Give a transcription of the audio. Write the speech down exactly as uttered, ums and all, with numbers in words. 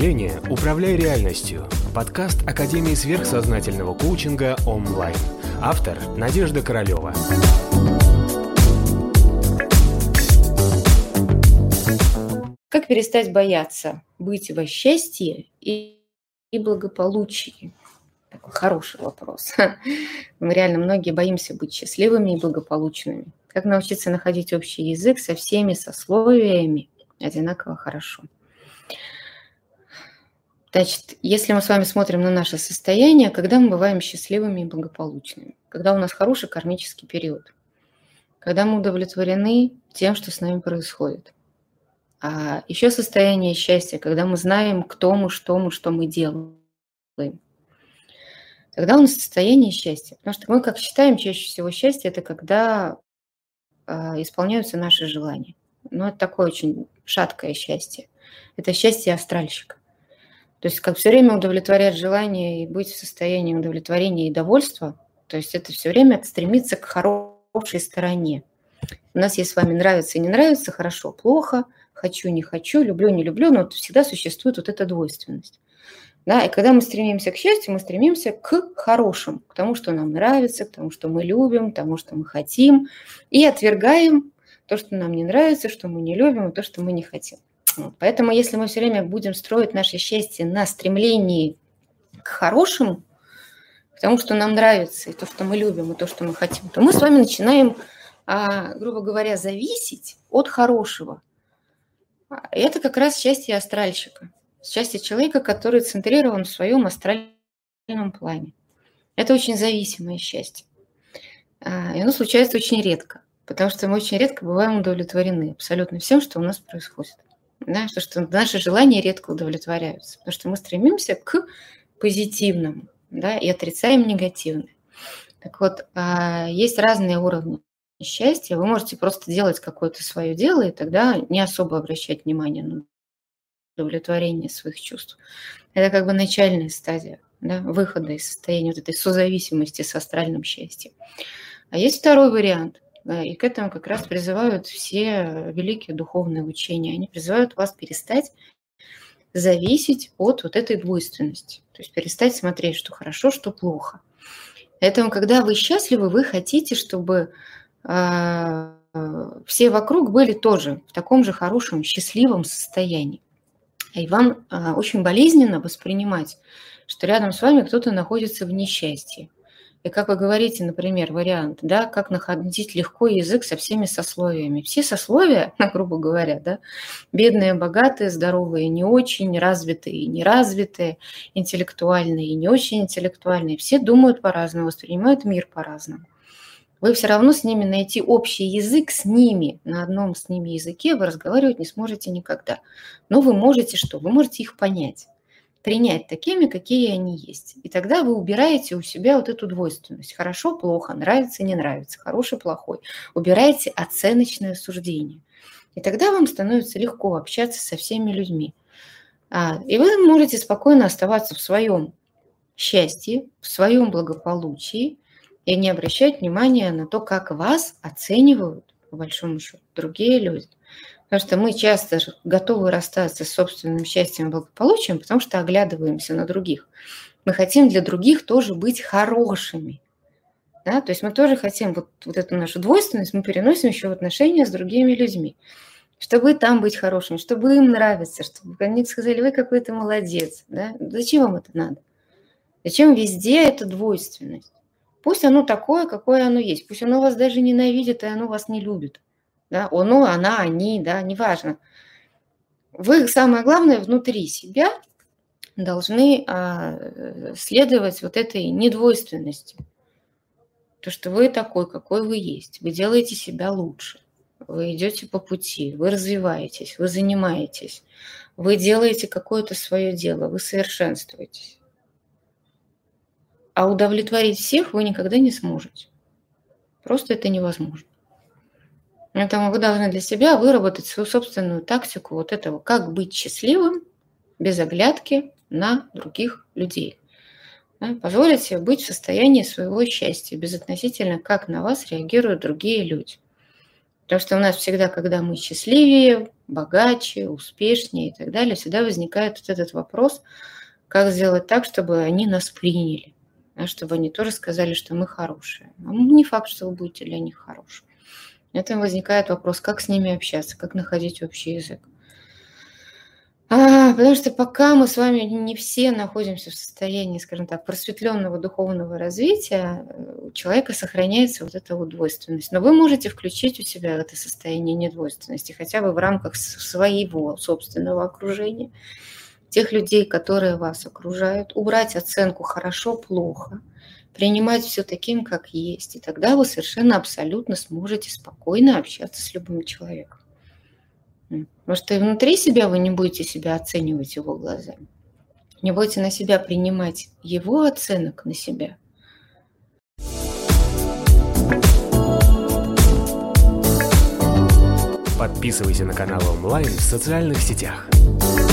мышления «Управляй реальностью». Подкаст Академии сверхсознательного коучинга онлайн. Автор Надежда Королева. Как перестать бояться быть во счастье и, и благополучии? Такой хороший вопрос. Мы реально многие боимся быть счастливыми и благополучными. Как научиться находить общий язык со всеми сословиями одинаково хорошо? Значит, если мы с вами смотрим на наше состояние, когда мы бываем счастливыми и благополучными, когда у нас хороший кармический период, когда мы удовлетворены тем, что с нами происходит. А еще состояние счастья, когда мы знаем, кто мы, что мы, что мы делаем. Тогда у нас состояние счастья. Потому что мы, как считаем, чаще всего счастье – это когда э, исполняются наши желания. Но это такое очень шаткое счастье. Это счастье астральщика. То есть как все время удовлетворять желание и быть в состоянии удовлетворения и довольства, то есть это все время стремиться к хорошей стороне. У нас есть с вами нравится и не нравится, хорошо, плохо, хочу, не хочу, люблю, не люблю, но всегда существует вот эта двойственность. Да? И когда мы стремимся к счастью, мы стремимся к хорошему, к тому, что нам нравится, к тому, что мы любим, к тому, что мы хотим, и отвергаем то, что нам не нравится, что мы не любим, и то, что мы не хотим. Вот. Поэтому если мы все время будем строить наше счастье на стремлении к хорошему, к тому, что нам нравится, и то, что мы любим, и то, что мы хотим, то мы с вами начинаем, а, грубо говоря, зависеть от хорошего. И это как раз счастье астральщика, счастье человека, который центрирован в своем астральном плане. Это очень зависимое счастье. А, и оно случается очень редко, потому что мы очень редко бываем удовлетворены абсолютно всем, что у нас происходит. Да, что, что наши желания редко удовлетворяются, потому что мы стремимся к позитивному, да, и отрицаем негативное. Так вот, есть разные уровни счастья. Вы можете просто делать какое-то свое дело, и тогда не особо обращать внимание на удовлетворение своих чувств. Это как бы начальная стадия, да, выхода из состояния вот этой созависимости с астральным счастьем. А есть второй вариант. И к этому как раз призывают все великие духовные учения. Они призывают вас перестать зависеть от вот этой двойственности. То есть перестать смотреть, что хорошо, что плохо. Поэтому, когда вы счастливы, вы хотите, чтобы э, все вокруг были тоже в таком же хорошем, счастливом состоянии. И вам э, очень болезненно воспринимать, что рядом с вами кто-то находится в несчастье. И как вы говорите, например, вариант, да, как находить легко язык со всеми сословиями. Все сословия, грубо говоря, да, бедные, богатые, здоровые, не очень, развитые, неразвитые, интеллектуальные и не очень интеллектуальные, все думают по-разному, воспринимают мир по-разному. Вы все равно с ними найти общий язык, с ними, на одном с ними языке вы разговаривать не сможете никогда. Но вы можете что? Вы можете их понять. Принять такими, какие они есть. И тогда вы убираете у себя вот эту двойственность. Хорошо, плохо, нравится, не нравится, хороший, плохой. Убираете оценочное суждение. И тогда вам становится легко общаться со всеми людьми. И вы можете спокойно оставаться в своем счастье, в своем благополучии и не обращать внимания на то, как вас оценивают, по большому счету, другие люди. Потому что мы часто готовы расстаться с собственным счастьем и благополучием, потому что оглядываемся на других. Мы хотим для других тоже быть хорошими. Да? То есть мы тоже хотим вот, вот эту нашу двойственность, мы переносим еще в отношения с другими людьми. Чтобы там быть хорошими, чтобы им нравиться, чтобы они сказали, вы какой-то молодец. Да? Зачем вам это надо? Зачем везде эта двойственность? Пусть оно такое, какое оно есть. Пусть оно вас даже ненавидит, и оно вас не любит. Да, оно, она, они, да, неважно. Вы, самое главное, внутри себя должны а, следовать вот этой недвойственности. То, что вы такой, какой вы есть. Вы делаете себя лучше. Вы идете по пути, вы развиваетесь, вы занимаетесь. Вы делаете какое-то свое дело, вы совершенствуетесь. А удовлетворить всех вы никогда не сможете. Просто это невозможно. Поэтому вы должны для себя выработать свою собственную тактику вот этого, как быть счастливым без оглядки на других людей. Да, позволить себе быть в состоянии своего счастья, безотносительно, как на вас реагируют другие люди. Потому что у нас всегда, когда мы счастливее, богаче, успешнее и так далее, всегда возникает вот этот вопрос, как сделать так, чтобы они нас приняли, да, чтобы они тоже сказали, что мы хорошие. А не факт, что вы будете для них хорошим. Это возникает вопрос, как с ними общаться, как находить общий язык. А, потому что пока мы с вами не все находимся в состоянии, скажем так, просветленного духовного развития, у человека сохраняется вот эта вот двойственность. Но вы можете включить у себя это состояние недвойственности, хотя бы в рамках своего собственного окружения, тех людей, которые вас окружают, убрать оценку «хорошо-плохо», принимать все таким, как есть. И тогда вы совершенно абсолютно сможете спокойно общаться с любым человеком. Потому что и внутри себя вы не будете себя оценивать его глазами. Не будете на себя принимать его оценок на себя. Подписывайся на канал онлайн в социальных сетях.